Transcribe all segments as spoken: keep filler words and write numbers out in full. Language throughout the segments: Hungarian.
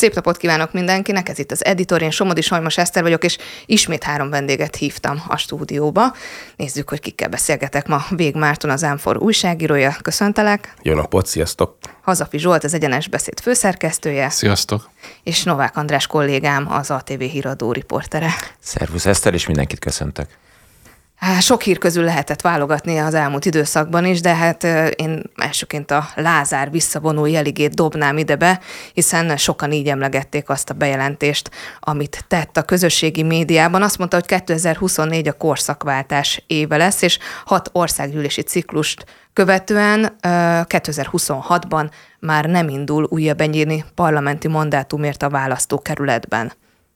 Szép napot kívánok mindenkinek, ez itt az Editor, én Somodi Solymos Eszter vagyok, és ismét három vendéget hívtam a stúdióba. Nézzük, hogy kikkel beszélgetek ma. Vég Márton, az em négy újságírója, köszöntelek. Jó napot, sziasztok! Hazafi Zsolt, az Egyenes Beszéd főszerkesztője. Sziasztok! És Novák András kollégám, az á té vé híradó riportere. Szervusz Eszter, és mindenkit köszöntök. Hát sok hír közül lehetett válogatni az elmúlt időszakban is, de hát én elsőként a Lázár visszavonul jeligét dobnám ide be, hiszen sokan így emlegették azt a bejelentést, amit tett a közösségi médiában. Azt mondta, hogy kétezer-huszonnégy a korszakváltás éve lesz, és hat országgyűlési ciklust követően kétezer-huszonhatban már nem indul újabb ennyi parlamenti mandátumért a választókerületben.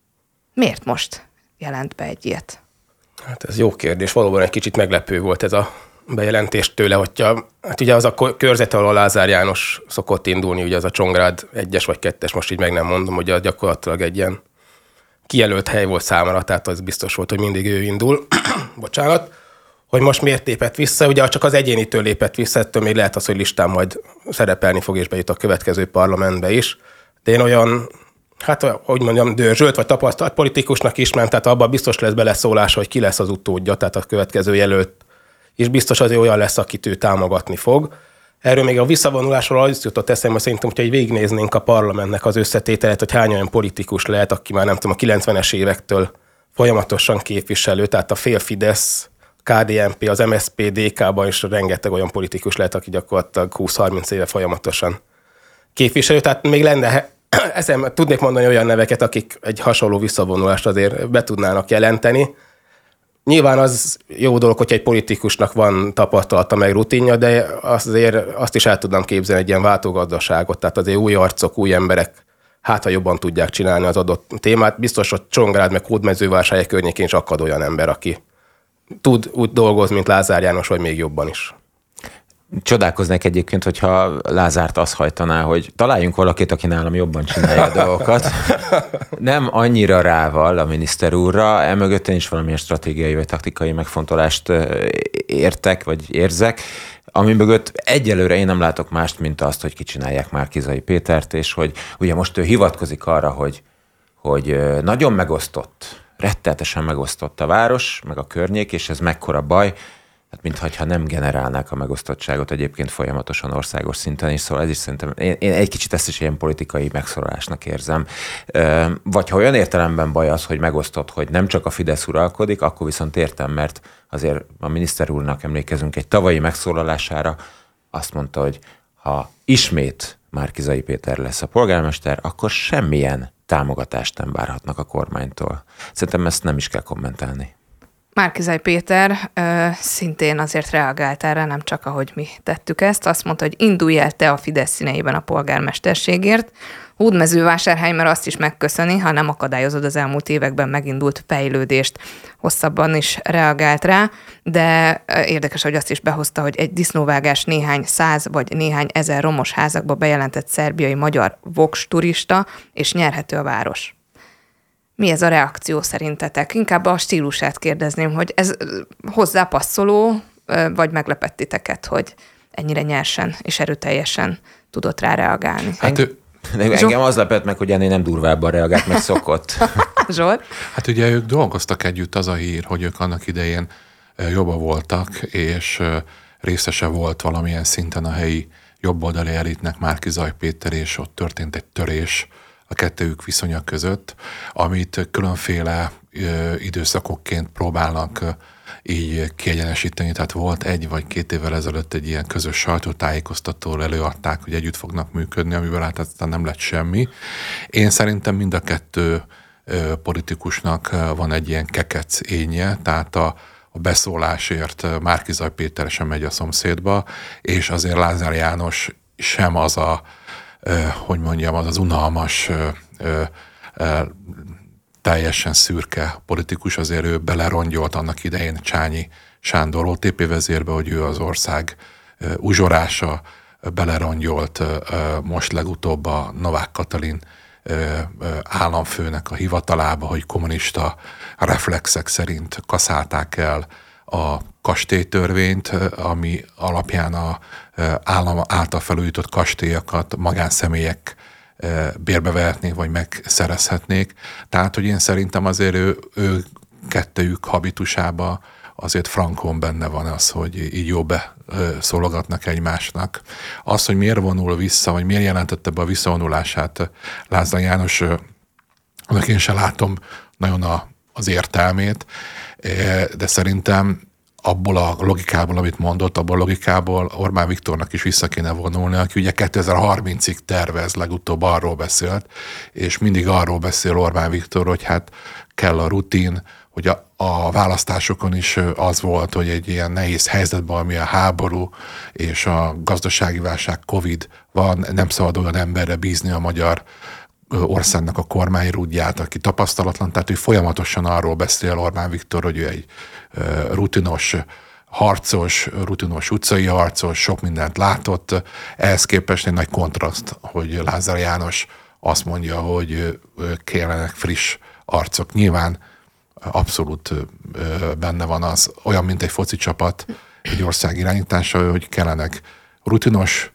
Miért most jelent be egy ilyet? Hát ez jó kérdés. Valóban egy kicsit meglepő volt ez a bejelentés tőle, hogyha hát ugye az a körzet, ahol a Lázár János szokott indulni, ugye az a Csongrád egyes vagy kettes, most így meg nem mondom, hogy az gyakorlatilag egy ilyen kijelölt hely volt számára, tehát az biztos volt, hogy mindig ő indul. Bocsánat. Hogy most miért lépett vissza, ugye csak az egyénitől lépett vissza, ettől még lehet az, hogy listán majd szerepelni fog, és bejut a következő parlamentbe is. De én olyan, hát hogy mondjam, dörzsölt vagy tapasztalt politikusnak ismerem, tehát abban biztos lesz beleszólása, hogy ki lesz az utódja, tehát a következő jelölt, és biztos azért olyan lesz, akit ő támogatni fog. Erről még a visszavonulásról az jutott eszembe, szerintem, hogyha végignéznénk a parlamentnek az összetételet, hogy hány olyan politikus lehet, aki már nem tudom, a kilencvenes évektől folyamatosan képviselő, tehát a fél Fidesz, ká dé en pé, az em es zé pé, dé ká-ban is rengeteg olyan politikus lehet, aki gyakorlatilag húsz-harminc éve folyamatosan képviselő, tehát még lenne, eszem, tudnék mondani olyan neveket, akik egy hasonló visszavonulást azért be tudnának jelenteni. Nyilván az jó dolog, hogyha egy politikusnak van tapasztalata meg rutinja, de azért azt is el tudnám képzelni egy ilyen váltógazdaságot, tehát azért új arcok, új emberek, hát ha jobban tudják csinálni az adott témát. Biztos, hogy Csongrád meg Hódmezővásárhely környékén is akad olyan ember, aki tud úgy dolgozni, mint Lázár János, vagy még jobban is. Csodálkoznék egyébként, hogyha Lázárt azt hajtaná, hogy találjunk valakit, aki nálam jobban csinálja a dolgokat. Nem annyira rával a miniszter úrra, emögött én is valamilyen stratégiai vagy taktikai megfontolást értek, vagy érzek, ami mögött egyelőre én nem látok mást, mint azt, hogy kicsinálják Márki-Zay Pétert, és hogy ugye most ő hivatkozik arra, hogy, hogy nagyon megosztott, rettenetesen megosztott a város, meg a környék, és ez mekkora baj, hát mintha nem generálnák a megosztottságot egyébként folyamatosan országos szinten is, szóval ez is szerintem, én, én egy kicsit ezt is ilyen politikai megszorolásnak érzem. Vagy ha olyan értelemben baj az, hogy megosztott, hogy nem csak a Fidesz uralkodik, akkor viszont értem, mert azért a miniszter úrnak emlékezünk egy tavalyi megszólalására, azt mondta, hogy ha ismét Márki-Zay Péter lesz a polgármester, akkor semmilyen támogatást nem várhatnak a kormánytól. Szerintem ezt nem is kell kommentálni. Márki-Zay Péter ö, szintén azért reagált erre, nem csak ahogy mi tettük ezt. Azt mondta, hogy indulj el te a Fidesz színeiben a polgármesterségért. Hódmezővásárhely, mert azt is megköszöni, ha nem akadályozod az elmúlt években megindult fejlődést. Hosszabban is reagált rá, de érdekes, hogy azt is behozta, hogy egy disznóvágás néhány száz vagy néhány ezer romos házakba bejelentett szerbiai magyar vox turista, és nyerhető a város. Mi ez a reakció szerintetek? Inkább a stílusát kérdezném, hogy ez hozzá passzoló, vagy meglepett titeket, hogy ennyire nyersen és erőteljesen tudott rá reagálni? Hát ő, engem az lepett meg, hogy ennél nem durvábban reagált, meg szokott. Zsolt? Hát ugye ők dolgoztak együtt, az a hír, hogy ők annak idején jobban voltak, és részese volt valamilyen szinten a helyi jobboldali elitnek Márki-Zay Péter, és ott történt egy törés a kettőjük viszonya között, amit különféle ö, időszakokként próbálnak ö, így kiegyenesíteni. Tehát volt egy vagy két évvel ezelőtt egy ilyen közös sajtótájékoztatóról előadták, hogy együtt fognak működni, amivel hát aztán nem lett semmi. Én szerintem mind a kettő ö, politikusnak van egy ilyen kekec énje, tehát a, a beszólásért Márki-Zay Péter sem megy a szomszédba, és azért Lázár János sem az a hogy mondjam, az az unalmas, ö, ö, ö, teljesen szürke politikus, azért ő belerongyolt annak idején Csányi Sándor o té pé vezérbe, hogy ő az ország ö, uzsorása, belerongyolt ö, most legutóbb a Novák Katalin ö, ö, államfőnek a hivatalába, hogy kommunista reflexek szerint kaszálták el a kastélytörvényt, ami alapján a állam által felújított kastélyokat magánszemélyek bérbe vehetnék, vagy megszerezhetnék. Tehát, hogy én szerintem azért ő, ő kettőjük habitusába azért frankon benne van az, hogy így jó beszólogatnak egymásnak. Az, hogy miért vonul vissza, vagy miért jelentette be a visszavonulását Lázár János, annak én sem látom nagyon a, az értelmét, de szerintem abból a logikából, amit mondott, abból a logikából Orbán Viktornak is vissza kéne vonulni, aki ugye kétezer-harmincig tervez, legutóbb arról beszélt, és mindig arról beszél Orbán Viktor, hogy hát kell a rutin, hogy a, a választásokon is az volt, hogy egy ilyen nehéz helyzetben, ami a háború és a gazdasági válság, Covid van, nem szabad olyan emberre bízni a magyar országnak a kormányrúdját, aki tapasztalatlan, tehát ő folyamatosan arról beszél Orbán Viktor, hogy ő egy rutinos harcos, rutinos utcai harcos, sok mindent látott. Ehhez képest egy nagy kontraszt, hogy Lázár János azt mondja, hogy kellenek friss arcok. Nyilván abszolút benne van az, olyan, mint egy foci csapat, egy ország irányítása, hogy kellenek rutinos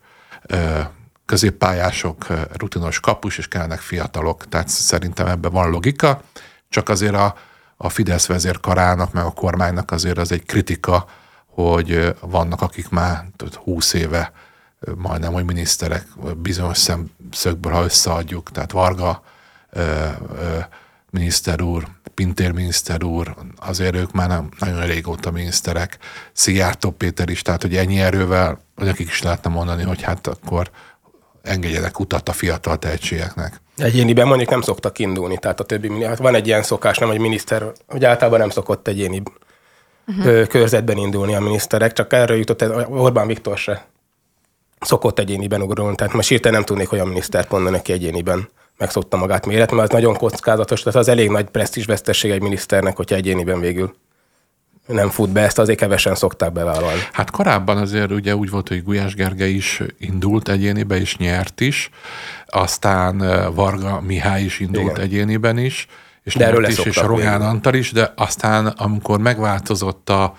középpályások, rutinos kapus, és kellenek fiatalok. Tehát szerintem ebben van logika, csak azért a, a Fidesz vezérkarának, meg a kormánynak azért az egy kritika, hogy vannak, akik már húsz éve majdnem, hogy miniszterek bizonyos szemszögből, ha összeadjuk, tehát Varga ö, ö, miniszter úr, Pintér miniszter úr, azért ők már nem nagyon régóta miniszterek, Szijjártó Péter is, tehát hogy ennyi erővel, nekik is lehetne mondani, hogy hát akkor engedjenek utat a fiatal tehetségeknek. Egyéniben mondjuk nem szoktak indulni, tehát a többi, hát van egy ilyen szokás, nem, hogy miniszter, hogy általában nem szokott egyéni uh-huh. körzetben indulni a miniszterek, csak erről jutott, Orbán Viktor se szokott egyéniben ugrulni, tehát most hirtelen nem tudnék olyan minisztert mondani, aki egyéniben megszokta magát méret, mert az nagyon kockázatos, tehát az elég nagy presztízsvesztesség egy miniszternek, hogyha egyéniben végül nem fut be, ezt azért kevesen szokták bevállalni. Hát korábban azért ugye úgy volt, hogy Gulyás Gergely is indult egyénibe, és nyert is, aztán Varga Mihály is indult Igen. egyéniben is, és de nyert is, és a Rogán Antal is, de aztán amikor megváltozott a,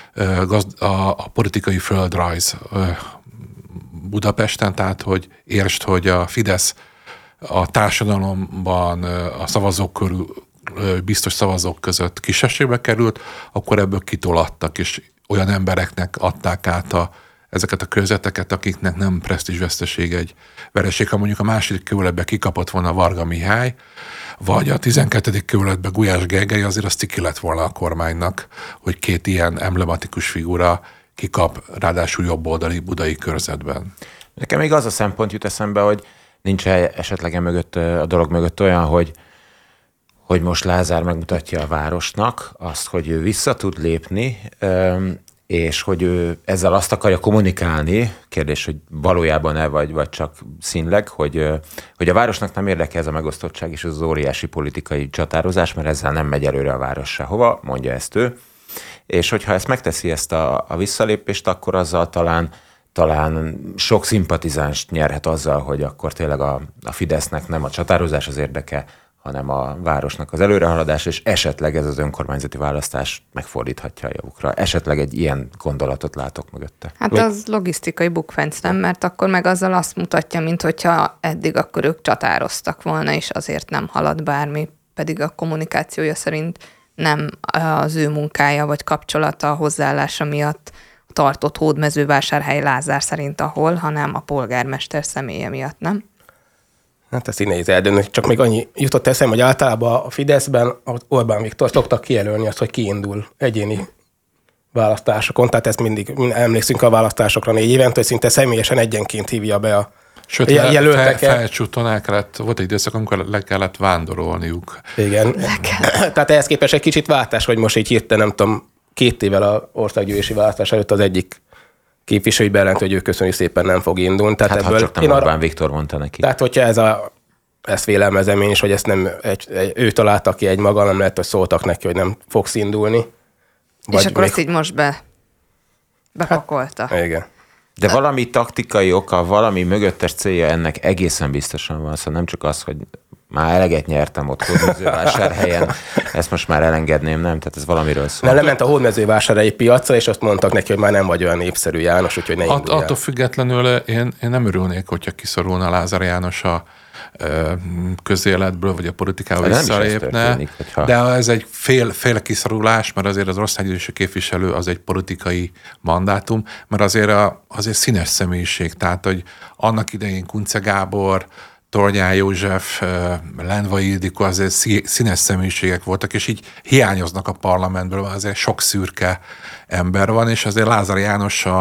a, a politikai földrajz Budapesten, tehát hogy értsd, hogy a Fidesz a társadalomban a szavazók körül biztos szavazók között kisebbségbe került, akkor ebből kitolattak, és olyan embereknek adták át a, ezeket a körzeteket, akiknek nem presztízsveszteség egy vereség. Ha mondjuk a második kerületben kikapott volna Varga Mihály, vagy a tizenkettedik kerületben Gulyás Gergely, azért azt ki lett volna a kormánynak, hogy két ilyen emblematikus figura kikap, ráadásul jobboldali budai körzetben. Nekem még az a szempont jut eszembe, hogy nincs esetleg mögött, a dolog mögött olyan, hogy hogy most Lázár megmutatja a városnak azt, hogy ő vissza tud lépni, és hogy ő ezzel azt akarja kommunikálni, kérdés, hogy valójában-e, vagy, vagy csak színleg, hogy, hogy a városnak nem érdekel ez a megosztottság és az óriási politikai csatározás, mert ezzel nem megy előre a város sehova, mondja ezt ő. És hogyha ezt megteszi, ezt a, a visszalépést, akkor azzal talán talán sok szimpatizánst nyerhet azzal, hogy akkor tényleg a, a Fidesznek nem a csatározás az érdeke, hanem a városnak az előrehaladás, és esetleg ez az önkormányzati választás megfordíthatja a javukra. Esetleg egy ilyen gondolatot látok mögötte. Hát Vagy... az logisztikai bukfenc, nem? Mert akkor meg azzal azt mutatja, minthogyha eddig akkor ők csatároztak volna, és azért nem halad bármi, pedig a kommunikációja szerint nem az ő munkája vagy kapcsolata, hozzáállása miatt tartott Hódmezővásárhely Lázár szerint ahol, hanem a polgármester személye miatt, nem? Hát ezt így nehéz eldönteni. Csak még annyi jutott eszem, hogy általában a Fideszben Orbán Viktor szoktak kijelölni azt, hogy kiindul egyéni választásokon. Tehát ezt mindig emlékszünk a választásokra négy évente, hogy szinte személyesen egyenként hívja be a Sőt, jelölteket. Fel, felcsúton el kellett, volt egy időszak, amikor le kellett vándorolniuk. Igen. Tehát ehhez képest egy kicsit váltás, hogy most így hirtelen, nem tudom, két évvel a országgyűlési választás előtt az egyik képviselői bejelent, hogy ő köszöni szépen nem fog indulni. Tehát hát ebből ha csak nem Orbán arra... Viktor mondta neki. Tehát hogyha ez a, ezt vélelmezem én is, hogy ezt nem egy, egy, ő találta ki egy maga, nem lehet, hogy szóltak neki, hogy nem fogsz indulni. Vagy és akkor még... ezt így most be, bepakolta. Hát, igen. De valami taktikai oka, valami mögöttes célja ennek egészen biztosan van. Szóval nem csak az, hogy már eleget nyertem ott Hódmezővásárhelyen, ezt most már elengedném, nem? Tehát ez valamiről szól. Nem, lement a Hódmezővásárhelyi piacra, és azt mondtak neki, hogy már nem vagy olyan népszerű János, úgyhogy ne At, Attól függetlenül én, én nem örülnék, hogyha kiszorulna Lázár János a közéletből, vagy a politikából visszalépne. De ez egy fél, fél kiszorulás, mert azért az országgyűlési képviselő az egy politikai mandátum, mert azért, a, azért színes személyiség. Tehát, hogy annak idején Kunce Gábor, Tornyán József, Lendvai Ildikó azért színes személyiségek voltak, és így hiányoznak a parlamentből, azért sok szürke ember van, és azért Lázár János a,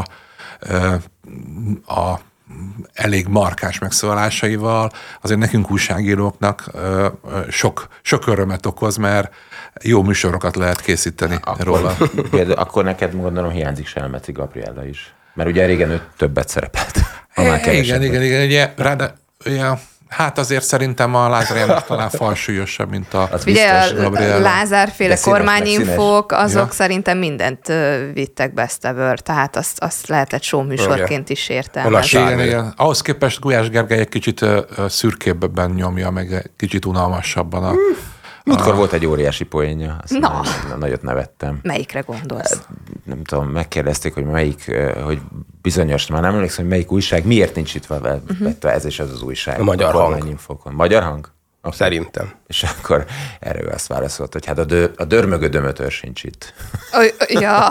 a elég markáns megszólalásaival azért nekünk újságíróknak sok, sok örömet okoz, mert jó műsorokat lehet készíteni akkor, róla. Például, akkor neked gondolom hiányzik Selmeci Gabriella is, mert ugye régen ő többet szerepelt. É, igen, igen, igen, ugye, rád, ugye, hát azért szerintem a Lázár János talán falsúlyosabb, mint a az ugye a Lázár-féle kormányinfók, azok ja. szerintem mindent vittek bestevör, tehát azt, azt lehetett showműsorként is értelmezni. Igen, igen. Ahhoz képest Gulyás Gergely egy kicsit szürkébben nyomja, meg kicsit unalmasabban a... Múltkor volt egy óriási poénja, azt Na. nagyon, nagyot nevettem. Melyikre gondolsz? Nem tudom, megkérdezték, hogy melyik, hogy bizonyos, már nem emlékszem, hogy melyik újság, miért nincs itt vetve uh-huh. ez és ez az újság. A Magyar a Hang. Infokon. Magyar Hang? Okay. Szerintem. És akkor erre ő azt válaszolt, hogy hát a, dö, a dörmögő dömötör sincs itt. O, ja.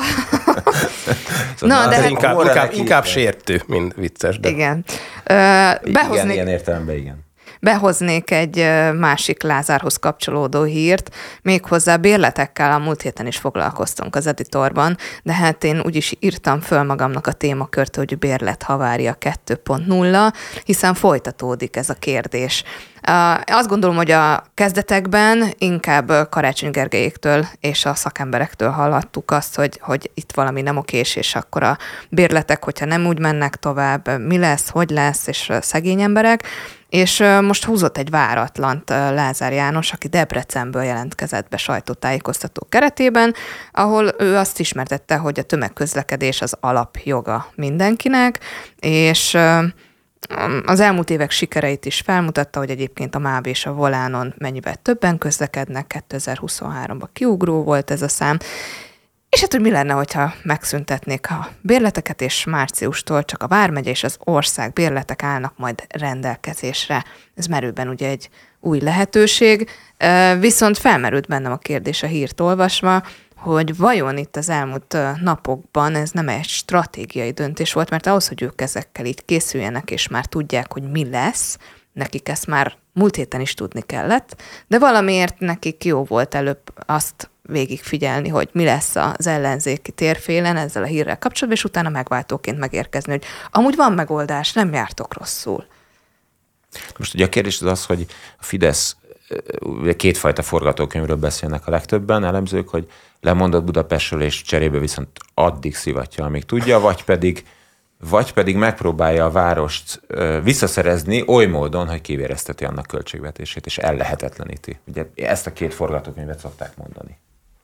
szóval Na, de hát inkább, inkább, inkább sértő, mint vicces. De... Igen. Ö, behoznék... Igen, ilyen értelemben igen. Behoznék egy másik Lázárhoz kapcsolódó hírt, méghozzá bérletekkel a múlt héten is foglalkoztunk az editorban, de hát én úgyis írtam föl magamnak a témakört, hogy bérlethavária kettő pont nulla, hiszen folytatódik ez a kérdés. Azt gondolom, hogy a kezdetekben inkább Karácsony Gergelyéktől és a szakemberektől hallottuk azt, hogy, hogy itt valami nem okés, és akkor a bérletek, hogyha nem úgy mennek tovább, mi lesz, hogy lesz, és szegény emberek. És most húzott egy váratlant Lázár János, aki Debrecenből jelentkezett be sajtótájékoztató keretében, ahol ő azt ismertette, hogy a tömegközlekedés az alapjoga mindenkinek, és az elmúlt évek sikereit is felmutatta, hogy egyébként a MÁV és a Volánon mennyivel többen közlekednek, kétezer-huszonháromban kiugró volt ez a szám, és hát, hogy mi lenne, hogyha megszüntetnék a bérleteket, és márciustól csak a Vármegye és az ország bérletek állnak majd rendelkezésre. Ez merőben ugye egy új lehetőség, viszont felmerült bennem a kérdés a hírt olvasva, hogy vajon itt az elmúlt napokban ez nem egy stratégiai döntés volt, mert ahhoz, hogy ők ezekkel így készüljenek, és már tudják, hogy mi lesz, nekik ezt már múlt héten is tudni kellett, de valamiért nekik jó volt előbb azt végigfigyelni, hogy mi lesz az ellenzéki térfélen ezzel a hírrel kapcsolatban, és utána megváltóként megérkezni, hogy amúgy van megoldás, nem jártok rosszul. Most ugye a kérdés az az, hogy a Fidesz kétfajta forgatókönyvről beszélnek a legtöbben elemzők, hogy lemondott Budapestről, és cserébe viszont addig szivatja, amíg tudja, vagy pedig, vagy pedig megpróbálja a várost visszaszerezni oly módon, hogy kivérezteti annak költségvetését, és ellehetetleníti. Ugye ezt a két forgatókönyvet szokták mondani.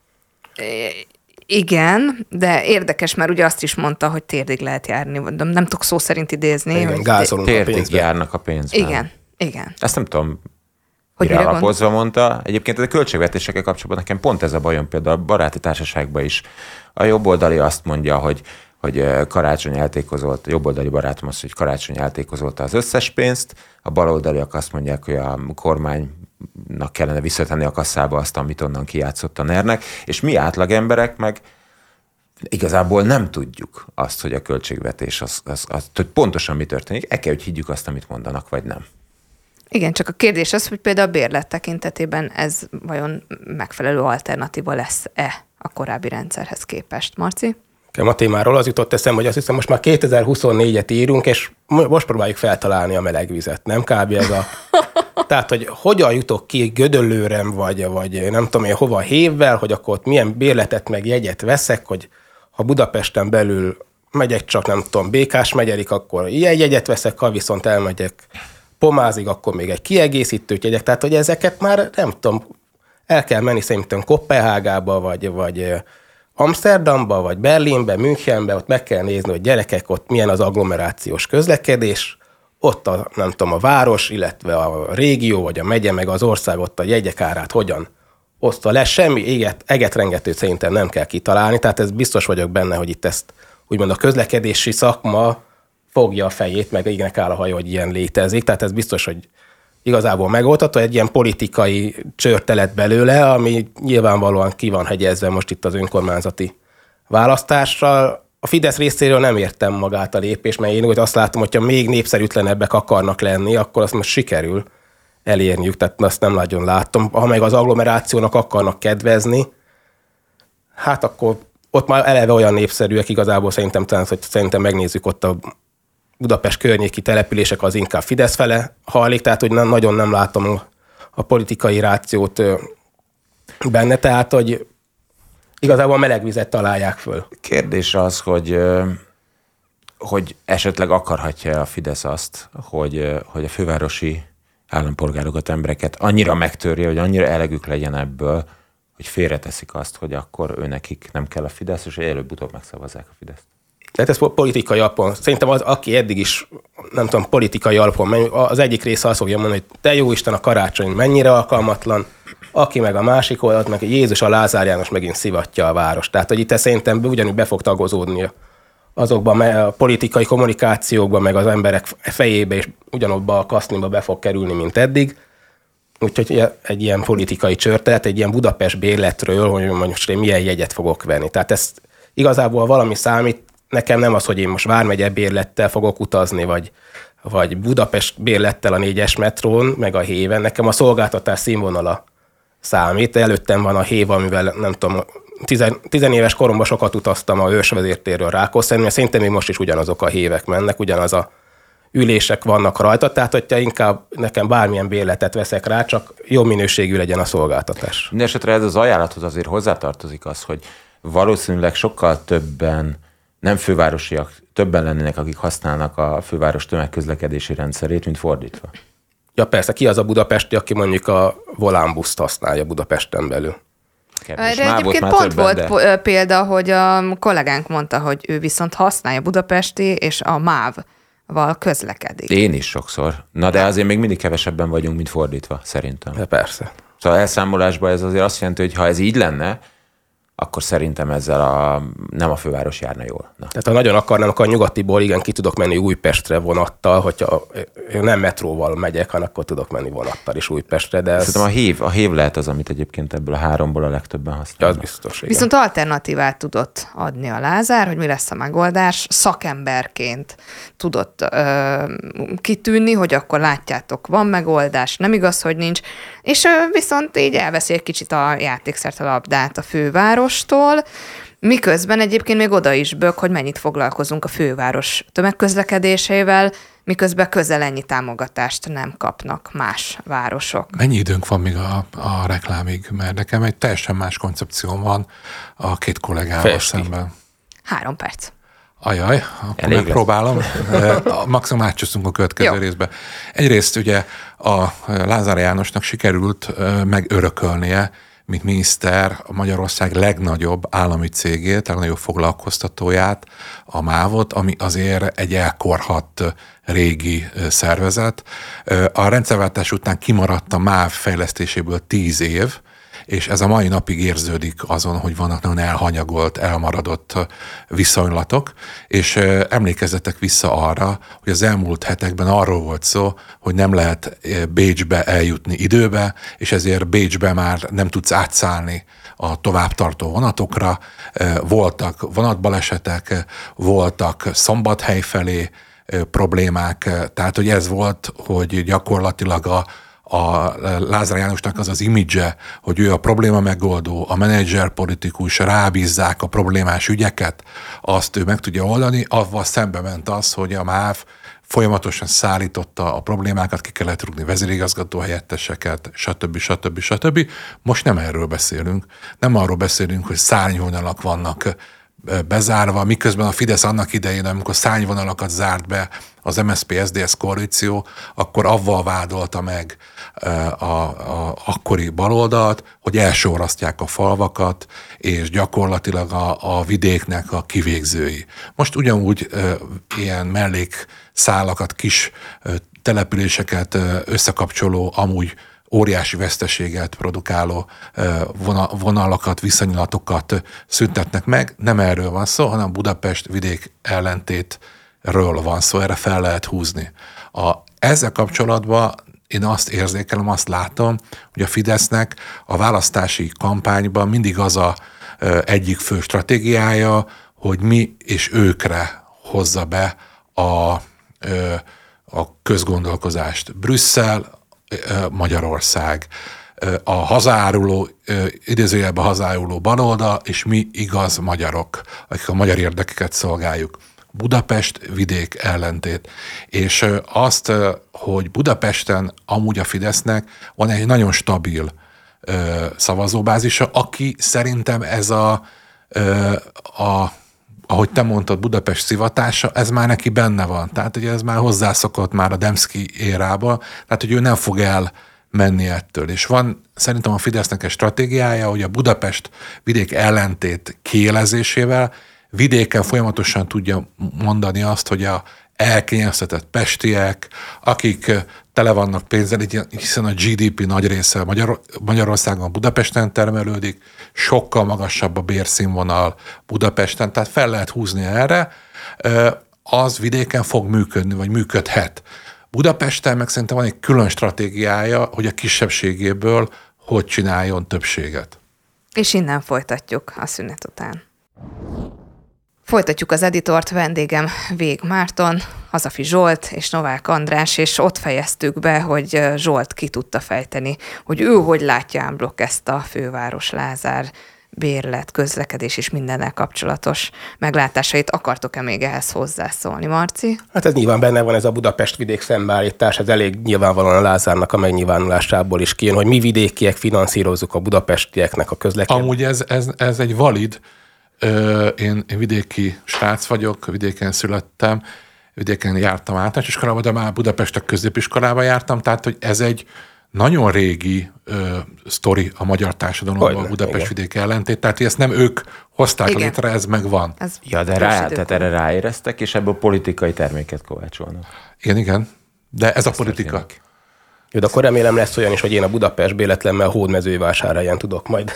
Igen, de érdekes, mert ugye azt is mondta, hogy térdig lehet járni. Nem, nem tudok szó szerint idézni. Igen, hogy gázolunk a térdig pénzben. járnak a pénzben. Igen, igen. Ezt nem tudom, hogy mire alapozva mondta. Egyébként ez a költségvetésekkel kapcsolatban nekem pont ez a bajom, például a baráti társaságban is. A jobboldali azt mondja, hogy hogy Karácsony eltékozolt, a jobboldali barátom azt, hogy Karácsony eltékozolta az összes pénzt, a baloldaliak azt mondják, hogy a kormánynak kellene visszatenni a kasszába azt, amit onnan kijátszott a nernek, és mi átlagemberek meg igazából nem tudjuk azt, hogy a költségvetés, az, az, az, hogy pontosan mi történik, el kell, hogy higgyük azt, amit mondanak, vagy nem. Igen, csak a kérdés az, hogy például a bérlet tekintetében ez vajon megfelelő alternatíva lesz-e a korábbi rendszerhez képest. Marci? A témáról az jutott eszembe, hogy azt hiszem, most már kétezer-huszonnégyet írunk, és most próbáljuk feltalálni a meleg vizet, nem kb. Ez a... Tehát, hogy hogyan jutok ki Gödöllőrem, vagy, vagy nem tudom én hova hévvel, hogy akkor ott milyen bérletet meg jegyet veszek, hogy ha Budapesten belül megyek csak, nem tudom, Békás megyerik, akkor ilyen jegyet veszek, ha viszont elmegyek Pomázig, akkor még egy kiegészítőt jegyek. Tehát, hogy ezeket már nem tudom, el kell menni szerintem Koppenhágába, vagy, vagy Amsterdamba, vagy Berlinbe, Münchenbe, ott meg kell nézni, hogy gyerekek, ott milyen az agglomerációs közlekedés, ott a, nem tudom, a város, illetve a régió, vagy a megye, meg az ország, ott a jegyek árát hogyan osztva lesz. Semmi éget, egetrengetőt szerintem nem kell kitalálni, tehát ez biztos vagyok benne, hogy itt ezt úgymond a közlekedési szakma fogja a fejét, meg igyenek áll a hajó, hogy ilyen létezik, tehát ez biztos, hogy igazából megoldható, egy ilyen politikai csörte lett belőle, ami nyilvánvalóan ki van hegyezve most itt az önkormányzati választással. A Fidesz részéről nem értem magát a lépést, mert én úgy azt látom, hogyha még népszerűtlenebbek akarnak lenni, akkor azt most sikerül elérniük, tehát azt nem nagyon látom. Ha meg az agglomerációnak akarnak kedvezni, hát akkor ott már eleve olyan népszerűek igazából szerintem, talán, hogy szerintem megnézzük ott a Budapest környéki települések, az inkább Fidesz fele hajlik, tehát hogy nem, nagyon nem látom a politikai rációt benne, tehát hogy igazából a meleg vizet találják föl. Kérdés az, hogy, hogy esetleg akarhatja a Fidesz azt, hogy, hogy a fővárosi állampolgárokat, embereket annyira megtörje, hogy annyira elegük legyen ebből, hogy félreteszik azt, hogy akkor őnekik nem kell a Fidesz, és előbb-utóbb megszavazzák a Fideszt. Tehát ez politikai alapon. Szerintem az, aki eddig is, nem tudom, politikai alapon, az egyik része azt fogja mondani, hogy te jó Isten, a karácsony mennyire alkalmatlan, aki meg a másik oldalt, meg Jézus a Lázár János megint szivatja a város. Tehát, hogy itt szerintem ugyanúgy be fog tagozódni azokban a politikai kommunikációkban, meg az emberek fejébe, és ugyanobba a kaszniba be fog kerülni, mint eddig. Úgyhogy egy ilyen politikai csörtelet, egy ilyen Budapest bérletről, hogy most én milyen jegyet fogok venni. Tehát ez igazából valami számít, nekem nem az, hogy én most Vármegye bérlettel fogok utazni, vagy, vagy Budapest bérlettel a négyes metrón, meg a héven. Nekem a szolgáltatás színvonala számít. Előttem van a hév, amivel nem tudom, tizen, tizenéves koromban sokat utaztam a Őrsvezértérről Rákóczihoz, mert szerintem még most is ugyanazok a hévek mennek, ugyanaz a ülések vannak rajta, tehát hogyha inkább nekem bármilyen bérletet veszek rá, csak jó minőségű legyen a szolgáltatás. Mindenesetre ez az ajánlathoz azért hozzátartozik az, hogy valószínűleg sokkal többen nem fővárosiak, többen lennének, akik használnak a főváros tömegközlekedési rendszerét, mint fordítva. Ja persze, ki az a budapesti, aki mondjuk a volánbuszt használja Budapesten belül? Erre egyébként pont volt de... példa, hogy a kollégánk mondta, hogy ő viszont használja budapesti, és a MÁV-val közlekedik. Én is sokszor. Na de azért még mindig kevesebben vagyunk, mint fordítva, szerintem. De persze. Szóval elszámolásban ez azért azt jelenti, hogy ha ez így lenne, akkor szerintem ezzel a, nem a főváros járna jól. Na. Tehát ha nagyon akarnám, akkor a nyugatiból igen, ki tudok menni Újpestre vonattal, hogyha nem metróval megyek, hanem akkor tudok menni vonattal is Újpestre. De ez... Szerintem a hév, a hév lehet az, amit egyébként ebből a háromból a legtöbben használnak. Az biztos, igen. Viszont alternatívát tudott adni a Lázár, hogy mi lesz a megoldás. Szakemberként tudott ö, kitűnni, hogy akkor látjátok, van megoldás, nem igaz, hogy nincs. És ö, viszont így elveszi egy kicsit a játékszert, a labdát a főváros, miközben egyébként még oda is bök, hogy mennyit foglalkozunk a főváros tömegközlekedésével, miközben közel ennyi támogatást nem kapnak más városok. Mennyi időnk van még a, a reklámig? Mert nekem egy teljesen más koncepcióm van a két kollégával Festi. szemben. Három perc. Ajaj, akkor Elég megpróbálom. Maximum átcsúszunk a következő Jó. részbe. Egyrészt ugye a Lázár Jánosnak sikerült megörökölnie, mint miniszter, a Magyarország legnagyobb állami cégét, a legnagyobb foglalkoztatóját, a mávot, ami azért egy elkorhadt régi szervezet. A rendszerváltás után kimaradt a MÁV fejlesztéséből tíz év, és ez a mai napig érződik azon, hogy vannak nagyon elhanyagolt, elmaradott viszonylatok, és emlékezzetek vissza arra, hogy az elmúlt hetekben arról volt szó, hogy nem lehet Bécsbe eljutni időbe, és ezért Bécsbe már nem tudsz átszállni a továbbtartó vonatokra. Voltak vonatbalesetek, voltak Szombathely felé problémák, tehát hogy ez volt, hogy gyakorlatilag a a Lázár Jánosnak az az imidzse, hogy ő a probléma megoldó, a menedzser politikus, rábízzák a problémás ügyeket, azt ő meg tudja oldani, avval szembe ment az, hogy a MÁV folyamatosan szállította a problémákat, ki kellett rúgni vezérigazgató helyetteseket, stb. stb. stb. Most nem erről beszélünk. Nem arról beszélünk, hogy szárnyvonalak vannak bezárva, miközben a Fidesz annak idején, amikor szárnyvonalakat zárt be az em es zé pé es zé dé es koalíció, akkor avval vádolta meg a, a akkori baloldalt, hogy elsorrasztják a falvakat, és gyakorlatilag a, a vidéknek a kivégzői. Most ugyanúgy e, ilyen mellékszálakat, kis e, településeket e, összekapcsoló, amúgy óriási veszteséget produkáló vonalakat, viszonylatokat szüntetnek meg. Nem erről van szó, hanem Budapest vidék ellentétről van szó, erre fel lehet húzni. A, ezzel kapcsolatban én azt érzékelem, azt látom, hogy a Fidesznek a választási kampányban mindig az a egyik fő stratégiája, hogy mi és őkre hozza be a, a közgondolkozást. Brüsszel, Magyarország, a hazaáruló, idézőjelben hazaáruló baloldal, és mi igaz magyarok, akik a magyar érdekeket szolgáljuk. Budapest vidék ellentét. És azt, hogy Budapesten amúgy a Fidesznek van egy nagyon stabil szavazóbázisa, aki szerintem ez a, a ahogy te mondtad, Budapest szivatása, ez már neki benne van. Tehát, hogy ez már hozzászokott már a Demszky érába, tehát, hogy ő nem fog el menni ettől. És van szerintem a Fidesznek egy stratégiája, hogy a Budapest vidék ellentét kiélezésével vidéken folyamatosan tudja mondani azt, hogy a elkényeztetett pestiek, akik tele vannak pénzzel, hiszen a gé dé pé nagy része Magyar, Magyarországon Budapesten termelődik, sokkal magasabb a bérszínvonal Budapesten, tehát fel lehet húzni erre, az vidéken fog működni, vagy működhet. Budapesten meg szerintem van egy külön stratégiája, hogy a kisebbségéből hogy csináljon többséget. És innen folytatjuk a szünet után. Folytatjuk az editort, vendégem Vég Márton, Hazafi Zsolt és Novák András, és ott fejeztük be, hogy Zsolt ki tudta fejteni, hogy ő hogy látja ámblok ezt a főváros Lázár bérlet, közlekedés és mindennel kapcsolatos meglátásait. Akartok-e még ehhez hozzászólni, Marci? Hát ez nyilván benne van, ez a Budapest vidék szembeállítás, ez elég nyilvánvalóan a Lázárnak a megnyilvánulásából is kijön, hogy mi vidékiek finanszírozzuk a budapestieknek a közlekedést. Amúgy ez, ez, ez egy valid. Én, én vidéki srác vagyok, vidéken születtem, vidéken jártam általános iskolába, de már Budapestek középiskolába jártam, tehát hogy ez egy nagyon régi ö, sztori a magyar társadalomban, a Budapest vidék ellentét, tehát ezt nem ők hozták igen. létre, ez megvan. Ez ja, de rá, tehát erre ráéreztek, és ebből politikai terméket kovácsolnak. Igen, igen, de ez, ez a politika. Történik. Jó, de akkor remélem lesz olyan is, hogy én a Budapest béletlemmel Hódmezővásárhelyen tudok majd,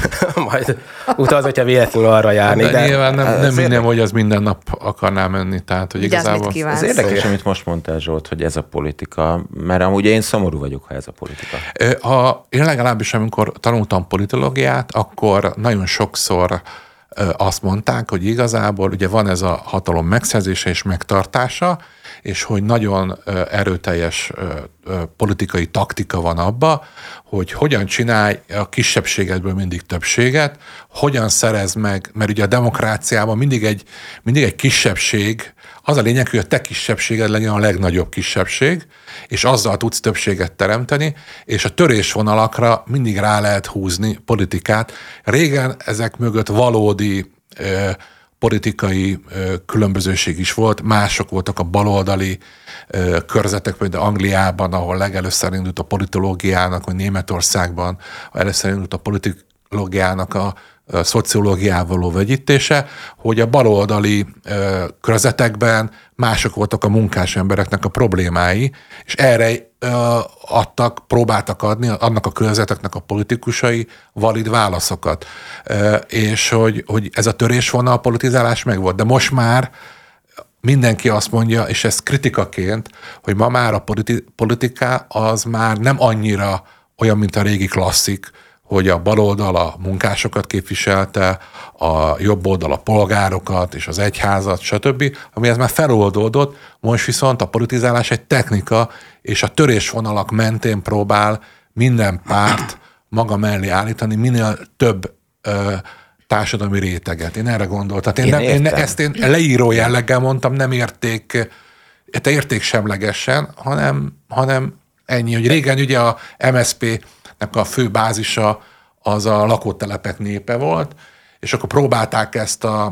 majd utazni, hogyha véletlenül arra járni. De, de nyilván nem, nem minden, hogy az minden nap akarná menni. Tehát, hogy igazából... Ez érdekes, amit most mondtál, Zsolt, hogy ez a politika, mert amúgy én szomorú vagyok, ha ez a politika. A, én legalábbis, amikor tanultam politológiát, akkor nagyon sokszor azt mondták, hogy igazából ugye van ez a hatalom megszerzése és megtartása, és hogy nagyon erőteljes politikai taktika van abba, hogy hogyan csinálj a kisebbségedből mindig többséget, hogyan szerez meg, mert ugye a demokráciában mindig egy, mindig egy kisebbség, az a lényeg, hogy a te kisebbséged legyen a legnagyobb kisebbség, és azzal tudsz többséget teremteni, és a törésvonalakra mindig rá lehet húzni politikát. Régen ezek mögött valódi ö, politikai ö, különbözőség is volt, mások voltak a baloldali ö, körzetek, például Angliában, ahol legelőször indult a politológiának, vagy Németországban először indult a politológiának a a szociológiával való vegyítése, hogy a baloldali ö, körzetekben mások voltak a munkás embereknek a problémái, és erre ö, adtak, próbáltak adni annak a körzeteknek a politikusai valid válaszokat. Ö, és hogy, hogy ez a törésvonal politizálás megvolt. De most már mindenki azt mondja, és ez kritikaként, hogy ma már a politi- politika az már nem annyira olyan, mint a régi klasszik, hogy a baloldal a munkásokat képviselte, a jobb oldal a polgárokat és az egyházat, stb., ami ez már feloldódott, most viszont a politizálás egy technika, és a törésvonalak mentén próbál minden párt maga mellé állítani, minél több ö, társadalmi réteget. Én erre gondoltam. Én, én, nem, én ezt én leíró jelleggel mondtam, nem érték, értéksemlegesen, hanem, hanem ennyi, hogy régen ugye a em es zé pé nek a fő bázisa az a lakótelepek népe volt, és akkor próbálták ezt a,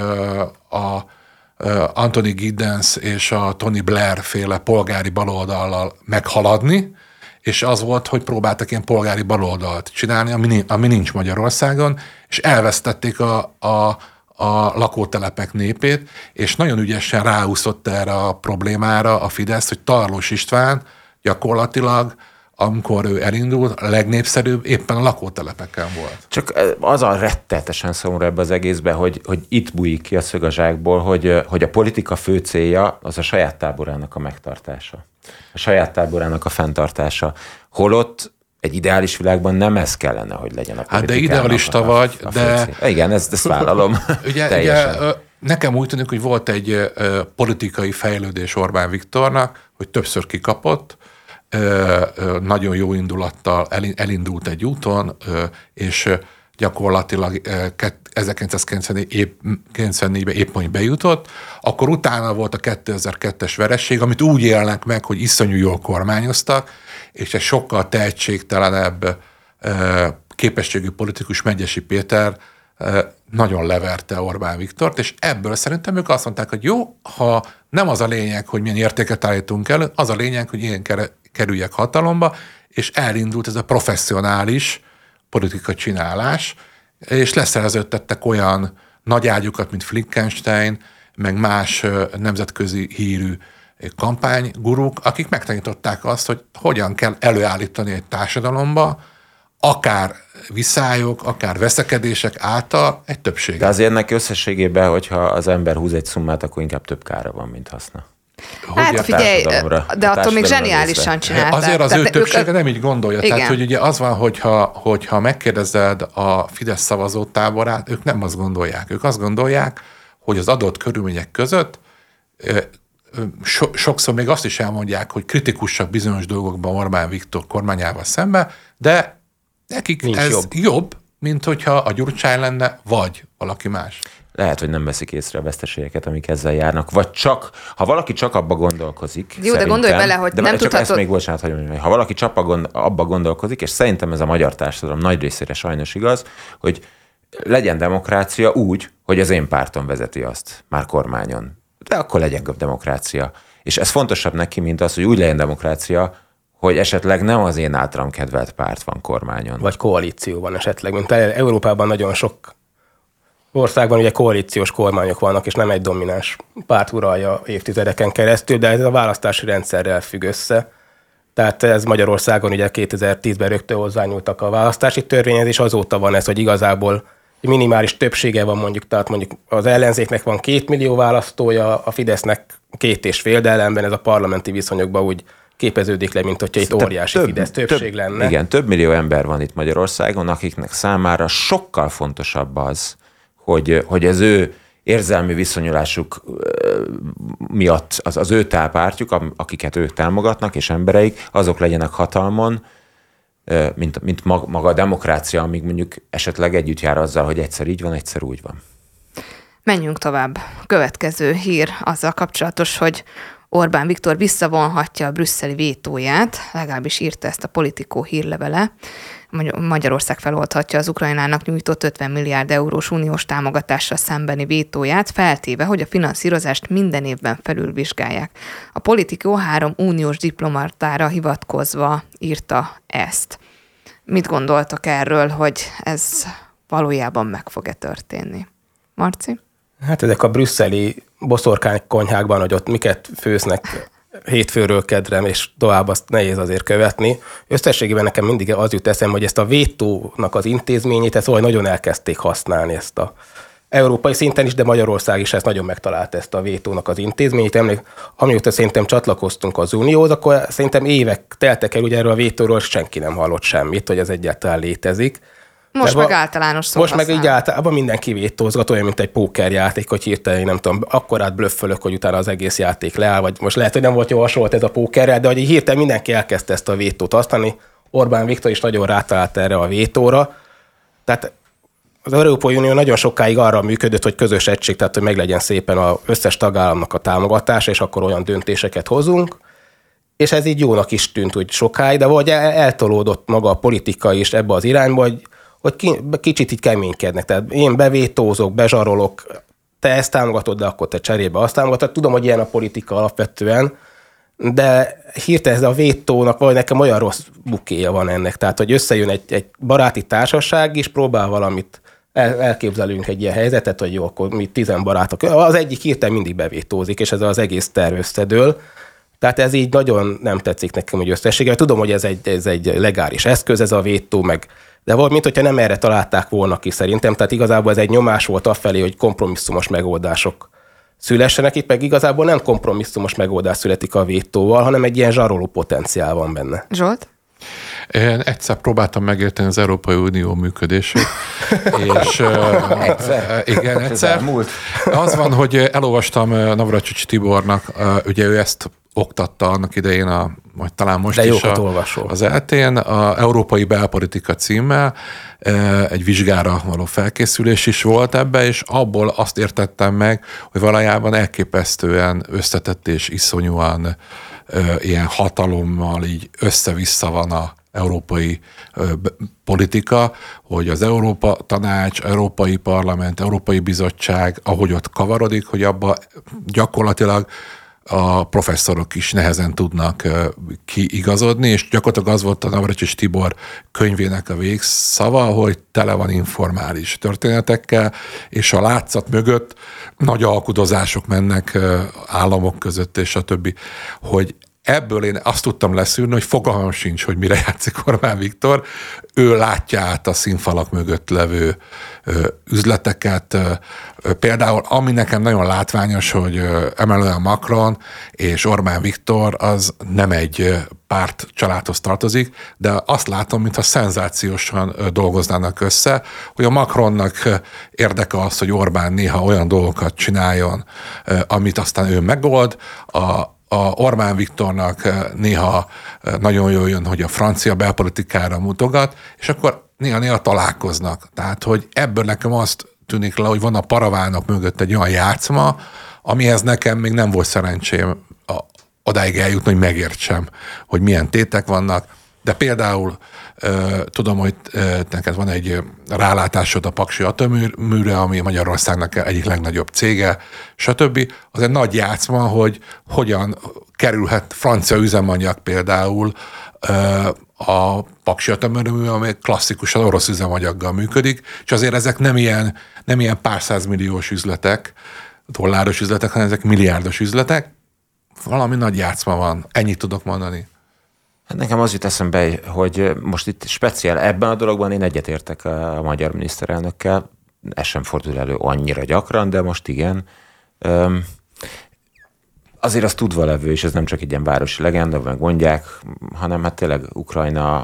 a, a Anthony Giddens és a Tony Blair féle polgári baloldallal meghaladni, és az volt, hogy próbáltak ilyen polgári baloldalt csinálni, ami, ami nincs Magyarországon, és elvesztették a, a, a lakótelepek népét, és nagyon ügyesen ráúszott erre a problémára a Fidesz, hogy Tarlós István gyakorlatilag amikor ő elindult, a legnépszerűbb éppen a lakótelepeken volt. Csak az a rettetesen szomorú ebbe az egészben, hogy, hogy itt bújik ki a szög a zsákból, hogy, hogy a politika fő célja az a saját táborának a megtartása. a saját táborának a fenntartása. Holott egy ideális világban nem ez kellene, hogy legyen a Hát de idealista a, vagy, a de... Főci. Igen, ezt, ezt vállalom. ugye, teljesen. ugye, nekem úgy tűnik, hogy volt egy uh, politikai fejlődés Orbán Viktornak, hogy többször kikapott, uh, uh, nagyon jó indulattal elindult egy úton, uh, és uh, gyakorlatilag uh, ezerkilencszázkilencvennégyben épp majd bejutott, akkor utána volt a kétezer-kettes vereség, amit úgy élnek meg, hogy iszonyú jól kormányoztak, és egy sokkal tehetségtelenebb uh, képességű politikus, Megyesi Péter nagyon leverte Orbán Viktort, és ebből szerintem ők azt mondták, hogy jó, ha nem az a lényeg, hogy milyen értéket állítunk elő, az a lényeg, hogy ilyen kerüljek hatalomba, és elindult ez a professzionális politika csinálás, és leszerződtettek olyan nagy ágyukat, mint Flickenstein, meg más nemzetközi hírű kampányguruk, akik megtanították azt, hogy hogyan kell előállítani egy társadalomba, akár viszályok, akár veszekedések által egy többség. De azért neki összességében, hogyha az ember húz egy szummát, akkor inkább több kára van, mint haszna. Hogy hát figyelj, de attól még zseniálisan csinálták. Azért az tehát ő többsége nem így gondolja. Igen. Tehát, hogy ugye az van, hogyha, hogyha megkérdezed a Fidesz szavazótáborát, ők nem azt gondolják. Ők azt gondolják, hogy az adott körülmények között so, sokszor még azt is elmondják, hogy kritikusak bizonyos dolgokban Orbán Viktor kormányával szemben, de nekik Nincs ez jobb. jobb, mint hogyha a Gyurcsány lenne, vagy valaki más. Lehet, hogy nem veszik észre a veszteségeket, amik ezzel járnak, vagy csak, ha valaki csak abba gondolkozik. Jó, de gondolj bele, hogy de nem csak tudhatod... ezt még bocsánat, hogy mondjam, ha valaki csak abba gondolkozik, és szerintem ez a magyar társadalom nagy részére sajnos igaz, hogy legyen demokrácia úgy, hogy az én pártom vezeti azt, már kormányon. De akkor legyen demokrácia. És ez fontosabb neki, mint az, hogy úgy legyen demokrácia, hogy esetleg nem az én általam kedvelt párt van kormányon. Vagy koalícióban esetleg, mint Európában nagyon sok országban ugye koalíciós kormányok vannak, és nem egy domináns párt uralja évtizedeken keresztül, de ez a választási rendszerrel függ össze. Tehát ez Magyarországon ugye kétezer-tízben rögtön hozzányúltak a választási törvényhez, és azóta van ez, hogy igazából minimális többsége van mondjuk, tehát mondjuk az ellenzéknek van két millió választója, a Fidesznek két és fél, de ellenben ez a parlamenti viszonyokban úgy képeződik le, mint hogyha itt óriási több, Fidesz többség több, lenne. Igen, több millió ember van itt Magyarországon, akiknek számára sokkal fontosabb az, hogy, hogy az ő érzelmi viszonyulásuk miatt az, az ő tápártjuk, akiket ők támogatnak, és embereik, azok legyenek hatalmon, mint, mint maga a demokrácia, amíg mondjuk esetleg együtt jár azzal, hogy egyszer így van, egyszer úgy van. Menjünk tovább. Következő hír azzal kapcsolatos, hogy Orbán Viktor visszavonhatja a brüsszeli vétóját, legalábbis írta ezt a Politikó hírlevele. Magyarország feloldhatja az Ukrajnának nyújtott ötven milliárd eurós uniós támogatással szembeni vétóját, feltéve, hogy a finanszírozást minden évben felülvizsgálják. A Politikó három uniós diplomatára hivatkozva írta ezt. Mit gondoltak erről, hogy ez valójában meg fog-e történni? Marci? Hát ezek a brüsszeli boszorkánykonyhákban, hogy ott miket főznek hétfőről kedre, és tovább azt nehéz azért követni. Összességében nekem mindig az jut eszembe, hogy ezt a vétónak az intézményét, ezt valahogy nagyon elkezdték használni, ezt a európai szinten is, de Magyarország is ezt nagyon megtalálta, ezt a vétónak az intézményét. Emlék, amióta szerintem csatlakoztunk az Unióhoz, akkor szerintem évek teltek el, ugye erről a vétóról senki nem hallott semmit, hogy ez egyáltalán létezik. Most de meg va- általános szó Most használ. meg így általában mindenki vétózgat, olyan, mint egy pókerjáték, hogy hirtelen, nem tudom, akkorát blöffölök, hogy utána az egész játék leáll, vagy most lehet, hogy nem volt jó hasonlott ez a pókerrel, de hogy így hirtelen mindenki elkezdte ezt a vétót használni. Orbán Viktor is nagyon rátalált erre a vétóra. Tehát az Európai Unió nagyon sokáig arra működött, hogy közös egység, tehát hogy meglegyen szépen az összes tagállamnak a támogatása, és akkor olyan döntéseket hozunk. És ez így jónak is tűnt úgy sokáig, de valahogy eltolódott maga a politika is ebbe az irányba, hogy hogy ki, kicsit így keménykednek. Tehát én bevétózok, bezsarolok, te ezt támogatod, de akkor te cserébe azt támogatod. Tudom, hogy ilyen a politika alapvetően, de hirtelen ez a vétónak vagy nekem olyan rossz bukéja van ennek. Tehát, hogy összejön egy, egy baráti társaság, és próbál valamit, el, elképzelünk egy ilyen helyzetet, hogy jó, akkor mi tizen barátok. Az egyik hirtelen mindig bevétózik, és ez az egész terv összedől. Tehát ez így nagyon nem tetszik nekem, hogy összességében. Tudom, hogy ez egy, ez egy legális eszköz, ez a vétó, meg de volt, mint hogyha nem erre találták volna ki szerintem, tehát igazából ez egy nyomás volt afelé, hogy kompromisszumos megoldások szülessenek, itt meg igazából nem kompromisszumos megoldás születik a vétóval, hanem egy ilyen zsaroló potenciál van benne. Zsolt? Én egyszer próbáltam megérteni az Európai Unió működését, és egyszer? igen, egyszer. Az van, hogy elolvastam Navracsics Tibornak, ugye ő ezt oktatta annak idején, a, vagy talán most De is a, az eltén, a Európai Belpolitika címmel egy vizsgára való felkészülés is volt ebbe, és abból azt értettem meg, hogy valójában elképesztően összetett és iszonyúan ilyen hatalommal így össze-vissza van a európai ö, politika, hogy az Európa Tanács, Európai Parlament, Európai Bizottság, ahogy ott kavarodik, hogy abba gyakorlatilag a professzorok is nehezen tudnak ö, kiigazodni, és gyakorlatilag az volt a Navracsics Tibor könyvének a végszava, hogy tele van informális történetekkel, és a látszat mögött nagy alkudozások mennek ö, államok között, és a többi, hogy ebből én azt tudtam leszűrni, hogy fogalmam sincs, hogy mire játszik Orbán Viktor. Ő látja át a színfalak mögött levő ö, üzleteket. Ö, például, ami nekem nagyon látványos, hogy ö, Emmanuel Macron és Orbán Viktor az nem egy párt családhoz tartozik, de azt látom, mintha szenzációsan ö, dolgoznának össze, hogy a Macronnak ö, érdeke az, hogy Orbán néha olyan dolgokat csináljon, ö, amit aztán ő megold, a A Orbán Viktornak néha nagyon jól jön, hogy a francia belpolitikára mutogat, és akkor néha-néha találkoznak. Tehát, hogy ebből nekem azt tűnik le, hogy van a paravának mögött egy olyan játszma, amihez nekem még nem volt szerencsém odáig eljutni, hogy megértsem, hogy milyen tétek vannak. De például tudom, hogy neked van egy rálátásod a Paksi Atomműre, ami Magyarországnak egyik legnagyobb cége, stb. Az egy nagy játszma, hogy hogyan kerülhet francia üzemanyag például a Paksi Atomműre, ami klasszikusan orosz üzemanyaggal működik, és azért ezek nem ilyen, nem ilyen pár százmilliós üzletek, dolláros üzletek, hanem ezek milliárdos üzletek. Valami nagy játszma van. Ennyit tudok mondani. Hát nekem az jut eszembe, hogy most itt speciál ebben a dologban én egyetértek a magyar miniszterelnökkel. Ez sem fordul elő annyira gyakran, de most igen. Azért az tudva levő, és ez nem csak egy ilyen városi legenda, meg mondják, hanem hát tényleg Ukrajna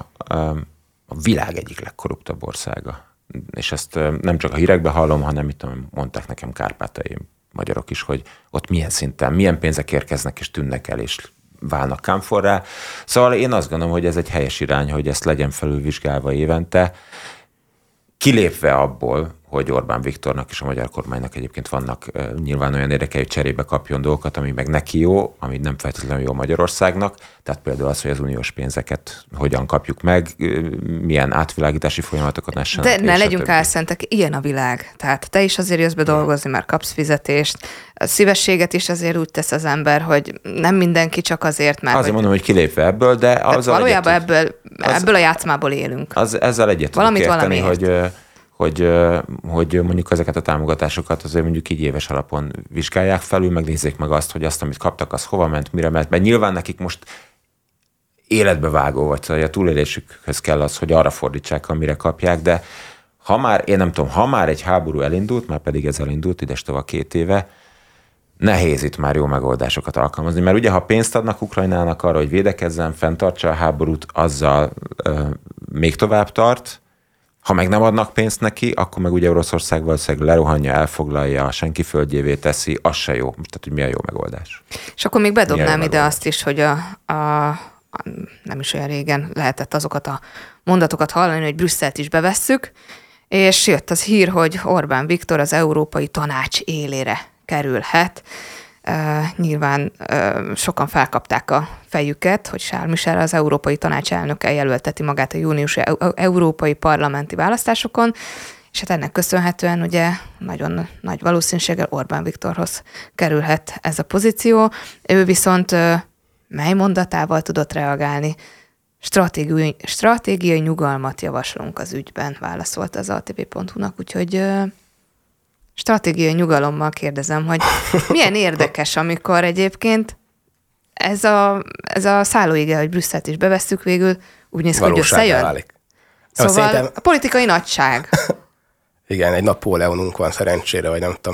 a világ egyik legkorruptabb országa. És ezt nem csak a hírekben hallom, hanem itt mondták nekem kárpátai magyarok is, hogy ott milyen szinten, milyen pénzek érkeznek és tűnnek el, és válnak kámforrá. Szóval én azt gondolom, hogy ez egy helyes irány, hogy ezt legyen felülvizsgálva évente, kilépve abból, hogy Orbán Viktornak és a magyar kormánynak egyébként vannak uh, nyilván olyan érdekei, hogy cserébe kapjon dolgokat, ami meg neki jó, ami nem feltétlenül jó Magyarországnak. Tehát például az, hogy az uniós pénzeket hogyan kapjuk meg, milyen átvilágítási folyamatokat nessen. De ne legyünk álszentek, ilyen a világ. Tehát te is azért jössz be dolgozni, mert kapsz fizetést. A szívességet is azért úgy tesz az ember, hogy nem mindenki csak azért, mert... Azért mondom, hogy kilépve ebből, de... Az valójában ebből, ebből a játszmából élünk. Az, ezzel egyet tudok érteni, hogy... Hogy, hogy mondjuk ezeket a támogatásokat azért mondjuk így éves alapon vizsgálják felül, megnézzék meg azt, hogy azt, amit kaptak, az hova ment, mire ment, mert nyilván nekik most életbevágó, vagy szóval a túlélésükhöz kell az, hogy arra fordítsák, amire kapják, de ha már, én nem tudom, ha már egy háború elindult, már pedig ez elindult idestova két éve, nehéz itt már jó megoldásokat alkalmazni, mert ugye ha pénzt adnak Ukrajnának arra, hogy védekezzen, fenntartsa a háborút, azzal ö, még tovább tart. Ha meg nem adnak pénzt neki, akkor meg ugye Oroszország valószínűleg lerohanja, elfoglalja, senki földjévé teszi, az se jó. Tehát, hogy mi a jó megoldás. És akkor még bedobnám ide azt is, hogy a, a, a, nem is olyan régen lehetett azokat a mondatokat hallani, hogy Brüsszelt is bevesszük, és jött az hír, hogy Orbán Viktor az Európai Tanács élére kerülhet. Uh, nyilván uh, sokan felkapták a fejüket, hogy Charles Michel az Európai Tanács elnöke jelölteti magát a júniusi e- európai parlamenti választásokon, és hát ennek köszönhetően ugye nagyon nagy valószínűséggel Orbán Viktorhoz kerülhet ez a pozíció. Ő viszont uh, mely mondatával tudott reagálni? Stratégiai, stratégiai nyugalmat javaslunk az ügyben, válaszolt az á té vé pont hú-nak, úgyhogy uh, stratégiai nyugalommal kérdezem, hogy milyen érdekes, amikor egyébként ez a, ez a szállóige, hogy Brüsszelt is bevesszük végül, úgy néz ki, hogy összejön. Válik. Szóval Szerintem... a politikai nagyság. Igen, egy Napóleonunk van szerencsére, vagy nem tudom,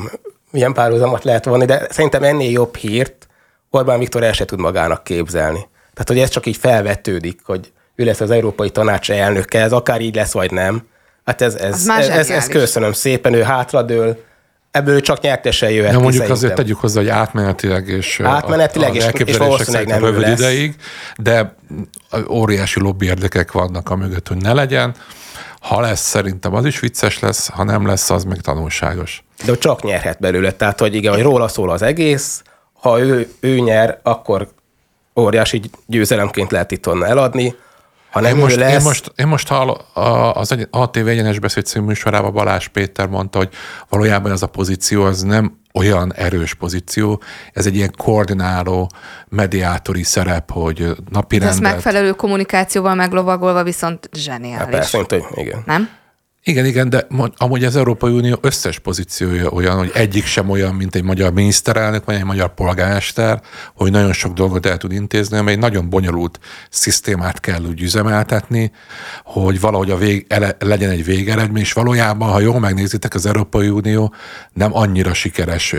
milyen párhuzamot lehet vonni, de szerintem ennél jobb hírt Orbán Viktor el se tud magának képzelni. Tehát, hogy ez csak így felvetődik, hogy ő lesz az Európai Tanács elnöke, ez akár így lesz, vagy nem. Hát ez, ez, ez, ez, ez köszönöm szépen, ő hátradől, ebből csak nyertesen jöhet. Na mondjuk azért tegyük hozzá, hogy átmenetileg és átmenetileg a, a és, és valószínűleg nem rövid lesz. ideig, de óriási lobby érdekek vannak a mögött, hogy ne legyen. Ha lesz, szerintem az is vicces lesz, ha nem lesz, az meg tanulságos. De csak nyerhet belőle, tehát hogy igen, hogy róla szól az egész, ha ő, ő nyer, akkor óriási győzelemként lehet itt onnan eladni. Ha nem én, most, lesz... én most, én most hall, az á té vé egyenes beszéd című műsorában Balázs Péter mondta, hogy valójában ez a pozíció az nem olyan erős pozíció, ez egy ilyen koordináló, mediátori szerep, hogy napi rendet... De ez megfelelő kommunikációval meglovagolva viszont zseniális. Hát persze, hogy igen. Nem? Igen, igen, de amúgy az Európai Unió összes pozíciója olyan, hogy egyik sem olyan, mint egy magyar miniszterelnök, vagy egy magyar polgármester, hogy nagyon sok dolgot el tud intézni, amely egy nagyon bonyolult szisztémát kell úgy üzemeltetni, hogy valahogy a vég, ele, legyen egy végeredmény, és valójában, ha jól megnézitek, az Európai Unió nem annyira sikeres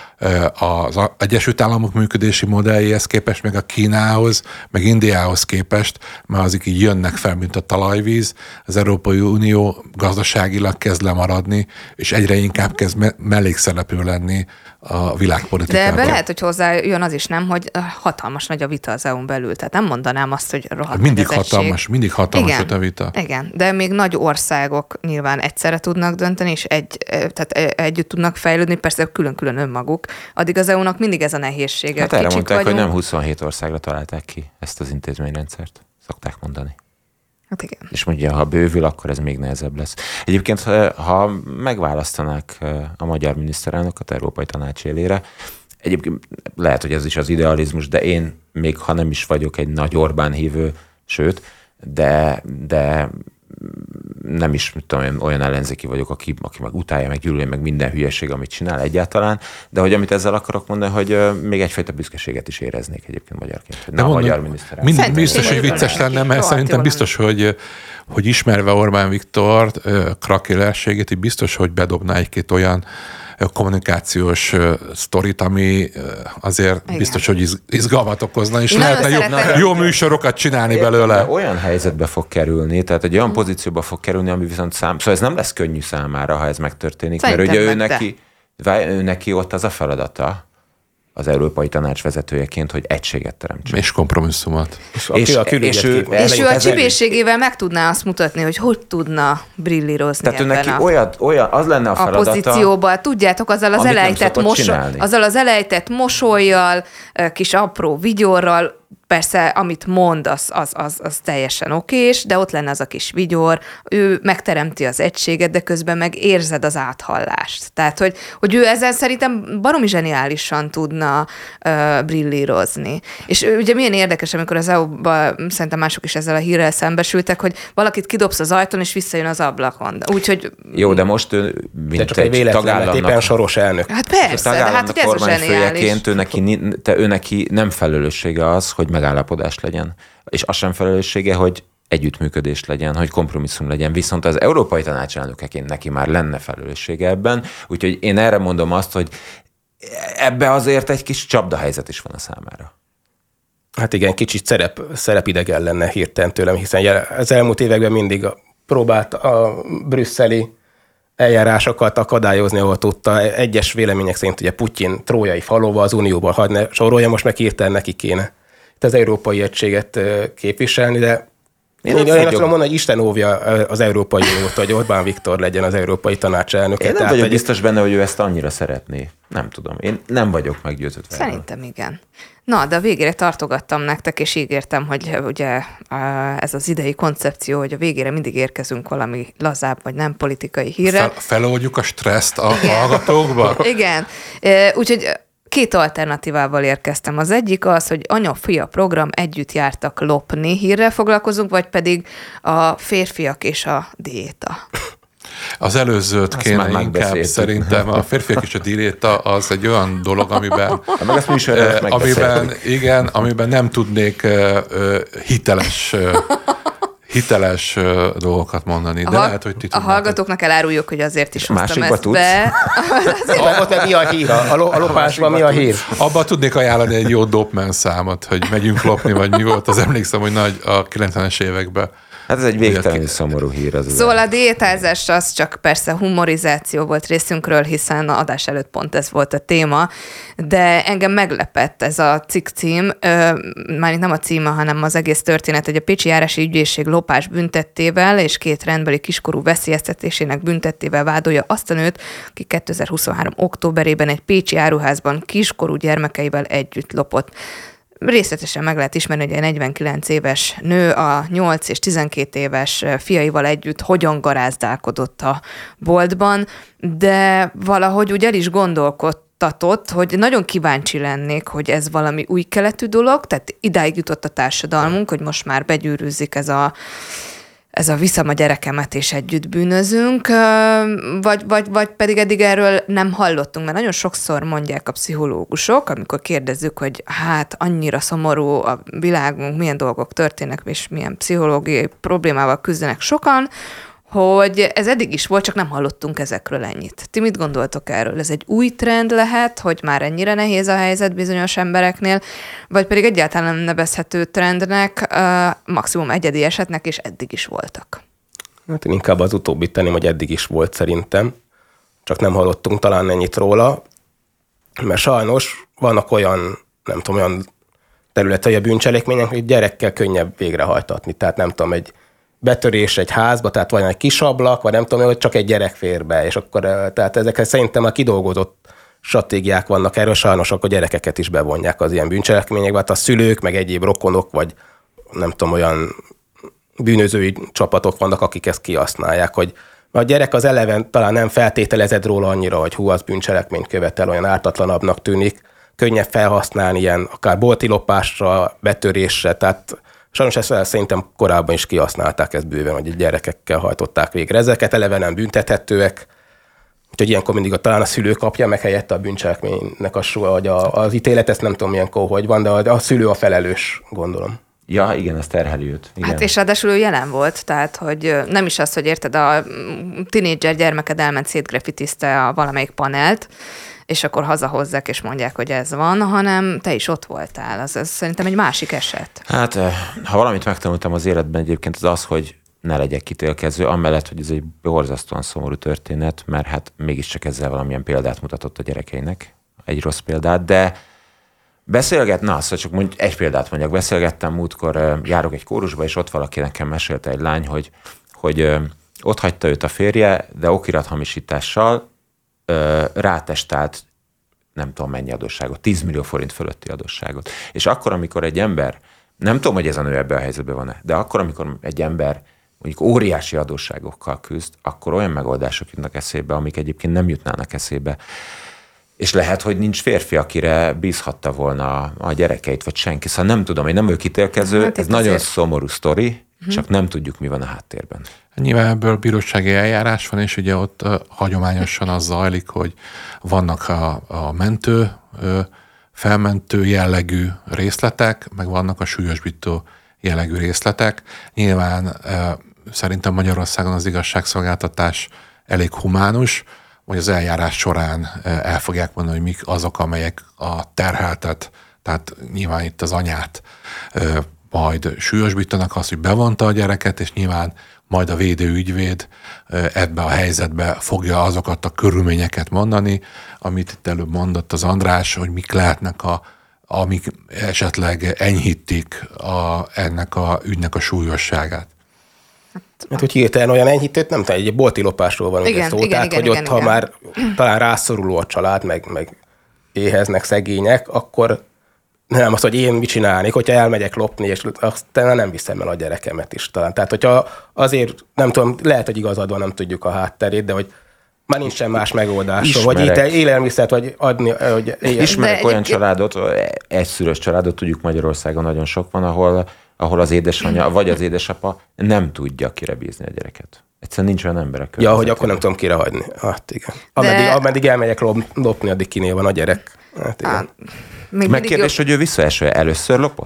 az Egyesült Államok működési modelljéhez képest, meg a Kínához, meg Indiához képest, mert azok így jönnek fel, mint a talajvíz. Az Európai Unió gazdaságilag kezd lemaradni, és egyre inkább kezd me- mellékszereplő lenni a világpolitikában. De ebbe lehet, hogy hozzájön az is, nem, hogy hatalmas nagy a vita az é u-n belül. Tehát nem mondanám azt, hogy rohadt mindig hatalmas, mindig hatalmas igen, a vita. Igen, de még nagy országok nyilván egyszerre tudnak dönteni, és egy, tehát együtt tudnak fejlődni, persze külön-külön önmaguk. Addig az é u-nak mindig ez a nehézsége. Hát erre Kicsik mondták, vagyunk. hogy nem huszonhét országra találták ki ezt az intézményrendszert. Szokták mondani. Hát igen. És mondja, ha bővül, akkor ez még nehezebb lesz. Egyébként, ha megválasztanák a magyar miniszterelnököt Európai Tanács élére, egyébként lehet, hogy ez is az idealizmus, de én még ha nem is vagyok egy nagy Orbán hívő, sőt, de, de nem is tudom, olyan ellenzéki vagyok, aki, aki meg utálja, meg gyűlöli, meg minden hülyeség, amit csinál egyáltalán, de hogy amit ezzel akarok mondani, hogy még egyfajta büszkeséget is éreznék egyébként magyarként, hogy nem a magyar miniszterelnök. Mind, biztos, hogy vicces lenne, mert szerintem biztos, hogy, hogy ismerve Orbán Viktor krakélerségét, így biztos, hogy bedobná egy-két olyan kommunikációs uh, sztorit, ami uh, azért igen. biztos, hogy iz, izgalmat okozna, és én lehetne jó, jó műsorokat csinálni Értem, belőle. Olyan helyzetbe fog kerülni, tehát egy olyan pozícióba fog kerülni, ami viszont szám... Szóval ez nem lesz könnyű számára, ha ez megtörténik, szerintem mert ugye ő neki, ő neki ott az a feladata, az Európai Tanács vezetőjeként, hogy egységet teremtsen. És kompromisszumot. És, és, a és, ő, és ő a csibészségével meg tudná azt mutatni, hogy hogy tudna brillírozni. Tehát ő neki a, olyan, olyan, az lenne a feladata. A pozícióban, tudjátok, azzal az, elejtett moso- azzal az elejtett mosollyal, kis apró vigyorral, persze, amit mond, az, az, az, az teljesen okés, de ott lenne az a kis vigyor, ő megteremti az egységet, de közben meg érzed az áthallást. Tehát, hogy, hogy ő ezzel szerintem baromi zseniálisan tudna uh, brillírozni. És ugye milyen érdekes, amikor az é u-ban szerintem mások is ezzel a hírrel szembesültek, hogy valakit kidobsz az ajtón, és visszajön az ablakon. Úgyhogy... Jó, de most ő, mint de egy tagállamnak... éppen soros elnök. Hát persze, de hát hogy ez a zseniális. Ő neki, te, ő neki nem felelőssége az, hogy megállapodás legyen. És az sem felelőssége, hogy együttműködés legyen, hogy kompromisszum legyen. Viszont az Európai Tanács elnökeként neki már lenne felelőssége ebben. Úgyhogy én erre mondom azt, hogy ebbe azért egy kis csapdahelyzet is van a számára. Hát igen, kicsit szerep, szerepidegen lenne hirtelen tőlem, hiszen az elmúlt években mindig próbált a brüsszeli eljárásokat akadályozni, ahol tudta. Egyes vélemények szerint ugye Putyin trójai falóba az Unióban hagyna sorolja, most meg hirtelen neki kéne itt az európai egységet képviselni, de én, én, én azt tudom mondani, hogy Isten óvja az Európai Uniót, hogy Orbán Viktor legyen az Európai Tanács elnöke. Én nem Tehát vagyok egy... biztos benne, hogy ő ezt annyira szeretné. Nem tudom. Én nem vagyok meggyőződve. Szerintem igen. Na, de a végére tartogattam nektek, és ígértem, hogy ugye ez az idei koncepció, hogy a végére mindig érkezünk valami lazább, vagy nem politikai hírre. Fel, feloldjuk a stresszt a hallgatókba? Igen. Úgyhogy két alternatívával érkeztem. Az egyik az, hogy anya-fia program együtt jártak lopni, hírrel foglalkozunk, vagy pedig a férfiak és a diéta. Az előzőt azt kéne inkább szerintem. A férfiak és a diéta az egy olyan dolog, amiben, eh, amiben, igen, amiben nem tudnék uh, hiteles uh, hiteles uh, dolgokat mondani, de a, lehet, hogy ti A hallgatóknak eláruljuk, hogy azért is hoztam ezt tudsz? be. Abban meg mi a hír? A, lo, a lopásban mi a hír? Abban tudnék ajánlani egy jó Dopman számot, hogy megyünk lopni, vagy mi volt, az emlékszem, hogy nagy a kilencvenes években. Hát ez egy végtelenül szomorú hír. Az szóval a diétázás az csak persze humorizáció volt részünkről, hiszen a adás előtt pont ez volt a téma, de engem meglepett ez a cikk cím, már itt nem a címe, hanem az egész történet, hogy a Pécsi Járási Ügyészség lopás büntettével és két rendbeli kiskorú veszélyeztetésének büntettével vádolja azt a nőt, aki kétezer-huszonhárom októberében egy pécsi áruházban kiskorú gyermekeivel együtt lopott. Részletesen meg lehet ismerni, hogy egy negyvenkilenc éves nő a nyolc és tizenkét éves fiaival együtt hogyan garázdálkodott a boltban, de valahogy úgy el is gondolkodtatott, hogy nagyon kíváncsi lennék, hogy ez valami új keletű dolog, tehát idáig jutott a társadalmunk, hogy most már begyűrűzik ez a ez a viszem a gyerekemet és együtt bűnözünk, vagy, vagy, vagy pedig eddig erről nem hallottunk, mert nagyon sokszor mondják a pszichológusok, amikor kérdezzük, hogy hát annyira szomorú a világunk, milyen dolgok történnek, és milyen pszichológiai problémával küzdenek sokan, hogy ez eddig is volt, csak nem hallottunk ezekről ennyit. Ti mit gondoltok erről? Ez egy új trend lehet, hogy már ennyire nehéz a helyzet bizonyos embereknél, vagy pedig egyáltalán nem nevezhető trendnek, maximum egyedi esetnek, és eddig is voltak? Hát én inkább az utóbbit tenném, hogy eddig is volt szerintem, csak nem hallottunk talán ennyit róla, mert sajnos vannak olyan, nem tudom, olyan területei a bűncselekmények, hogy gyerekkel könnyebb végrehajtatni. Tehát nem tudom, egy betörés egy házba, tehát van egy kis ablak, vagy nem tudom, hogy csak egy gyerek fér be, és akkor tehát ezekre szerintem a kidolgozott stratégiák vannak erről, sajnos akkor gyerekeket is bevonják az ilyen bűncselekményekbe, hát a szülők, meg egyéb rokonok, vagy nem tudom, olyan bűnözői csapatok vannak, akik ezt kihasználják, hogy a gyerek az eleven talán nem feltételezett róla annyira, hogy hú, az bűncselekményt követel, olyan ártatlanabbnak tűnik, könnyebb felhasználni ilyen akár bolti lopásra, betörésre, tehát sajnos ezt szerintem korábban is kihasználták ezt bőven, hogy gyerekekkel hajtották végre. Ezeket eleve nem büntethetőek, úgyhogy ilyenkor mindig a, talán a szülő kapja meg helyette a bűncselekménynek a, hogy a, az ítélet, ezt nem tudom milyenkor, hogy van, de a, a szülő a felelős, gondolom. Ja, igen, ez terheli őt. Igen. Hát és ráadásul ő jelen volt, tehát hogy nem is az, hogy érted, a tinédzser gyermeked elment szétgrafitizte a valamelyik panelt, és akkor hazahozzák, és mondják, hogy ez van, hanem te is ott voltál. Az, az szerintem egy másik eset. Hát, ha valamit megtanultam az életben egyébként, az az, hogy ne legyek kitélkező, amellett, hogy ez egy borzasztóan szomorú történet, mert hát mégiscsak ezzel valamilyen példát mutatott a gyerekeinek, egy rossz példát, de beszélget, na, szóval csak mondj, egy példát mondjak, beszélgettem múltkor, járok egy kórusba, és ott valaki nekem mesélte egy lány, hogy, hogy ott hagyta őt a férje, de okirathamisítással rátestált nem tudom mennyi adósságot, tíz millió forint fölötti adósságot. És akkor, amikor egy ember, nem tudom, hogy ez a nő ebben a helyzetben van-e, de akkor, amikor egy ember mondjuk óriási adósságokkal küzd, akkor olyan megoldások jutnak eszébe, amik egyébként nem jutnának eszébe. És lehet, hogy nincs férfi, akire bízhatta volna a gyerekeit, vagy senki. Szóval nem tudom, én nem vagyok ítélkező, hát ez nagyon azért szomorú sztori, uh-huh. csak nem tudjuk, mi van a háttérben. Nyilván ebből bírósági eljárás van, és ugye ott uh, hagyományosan az zajlik, hogy vannak a, a mentő, uh, felmentő jellegű részletek, meg vannak a súlyosbító jellegű részletek. Nyilván uh, szerintem Magyarországon az igazságszolgáltatás elég humánus, hogy az eljárás során uh, el fogják mondani, hogy mik azok, amelyek a terheltet, tehát nyilván itt az anyát uh, majd súlyosbítanak, azt, hogy bevonta a gyereket, és nyilván majd a védőügyvéd ebbe a helyzetbe fogja azokat a körülményeket mondani, amit itt előbb mondott az András, hogy mik lehetnek, a, amik esetleg enyhítik a, ennek a ügynek a súlyosságát. Hát, hogy hirtelen olyan enyhítőt, nem tudom, egy bolti lopásról van igen, szó, igen, tehát, igen, hogy igen, ott, igen. ha már talán rászoruló a család, meg, meg éheznek, szegények, akkor nem az, hogy én mit csinálnék, hogyha elmegyek lopni, és aztán nem viszem el a gyerekemet is talán. Tehát, hogyha azért, nem tudom, lehet, hogy igazad van, nem tudjuk a hátterét, de hogy már nincsen más megoldás, vagy itt élelmiszert, vagy adni, hogy éljen. Ismerek olyan családot, egyszülős családot, tudjuk Magyarországon nagyon sok van, ahol, ahol az édesanyja, vagy az édesapa nem tudja kire bízni a gyereket. Egyszerűen nincs olyan ember a Ja, hogy akkor nem tudom kire hagyni. Hát igen. Ameddig, de... ameddig elmegyek lopni, addig kinél van a gyerek. Hát igen. Megkérdés, hogy ő visszaeső először lopott?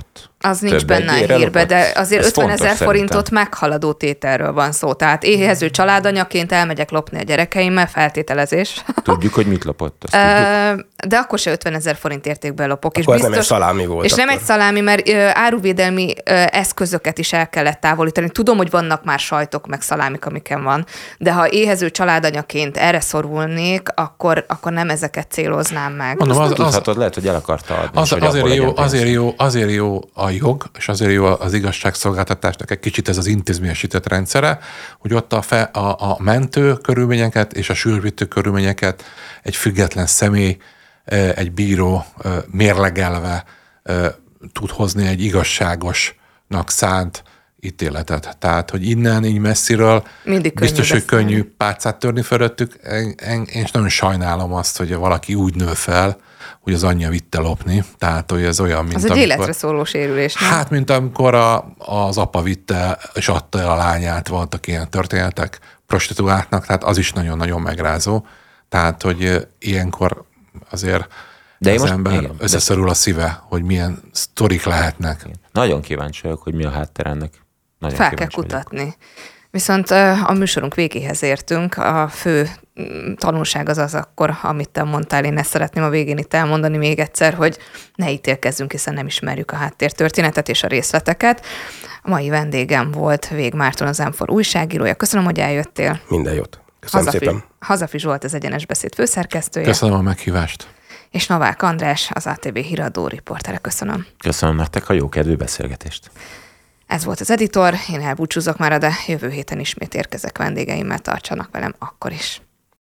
Az nincs Több benne a egyére hírbe, de lopott? azért Ez ötvenezer fontos forintot szerintem. meghaladó tételről van szó. Tehát éhező családanyaként elmegyek lopni a gyerekeimmel, feltételezés. Tudjuk, hogy mit lopott. Azt tudjuk. Ö, De akkor se ötvenezer forint értékben lopok. Akkor és ez nem egy szalámi volt És nem akkor. egy szalámi, mert ö, áruvédelmi ö, eszközöket is el kellett távolítani. Tudom, hogy vannak már sajtok, meg szalámik, amiken van, de ha éhező családanyaként erre szorulnék, akkor, akkor nem ezeket céloznám meg. Mondom, Azt az, nem az, tudhatod, lehet, hogy el akarta adni. az, és hogy azért, abból jó, legyen pénz. azért, jó, azért jó a jog, és azért jó az igazságszolgáltatásnak egy kicsit ez az intézményesített rendszere, hogy ott a, fe, a, a mentő körülményeket és a sürgősítő körülményeket egy független személy, egy bíró mérlegelve tud hozni egy igazságosnak szánt ítéletet. Tehát, hogy innen, így messziről Mindig könnyű biztos, hogy beszélni. könnyű pálcát törni fölöttük. Én, én, én nagyon sajnálom azt, hogy valaki úgy nő fel, hogy az anyja vitte lopni. Tehát, hogy ez olyan, mint Az egy amikor... életre szóló sérülés, nem? Hát, mint amikor a, az apa vitte és adta el a lányát, voltak ilyen történetek prostituáltnak, tehát az is nagyon-nagyon megrázó. Tehát, hogy ilyenkor azért De én az most- ember igen, de- összeszorul a szíve, hogy milyen sztorik lehetnek. Nagyon kíváncsi vagyok, hogy mi a háttér ennek. Nagyon Fel kell kíváncsi vagyok. kutatni. Viszont ö, a műsorunk végéhez értünk. A fő mm, tanulság az az akkor, amit te mondtál, én ezt szeretném a végén itt elmondani még egyszer, hogy ne ítélkezzünk, hiszen nem ismerjük a háttértörténetet és a részleteket. A mai vendégem volt Vég Márton, az em négy újságírója. Köszönöm, hogy eljöttél. Minden jót. Köszönöm Hazafi, szépen. Hazafi Zsolt, az Egyenes Beszéd főszerkesztője. Köszönöm a meghívást. És Novák András, az á té vé híradó riportere. Köszönöm. Köszönöm nektek a jókedvű beszélgetést. Ez volt az Editor, én elbúcsúzok már, de jövő héten ismét érkezek vendégeimmel, tartsanak velem akkor is.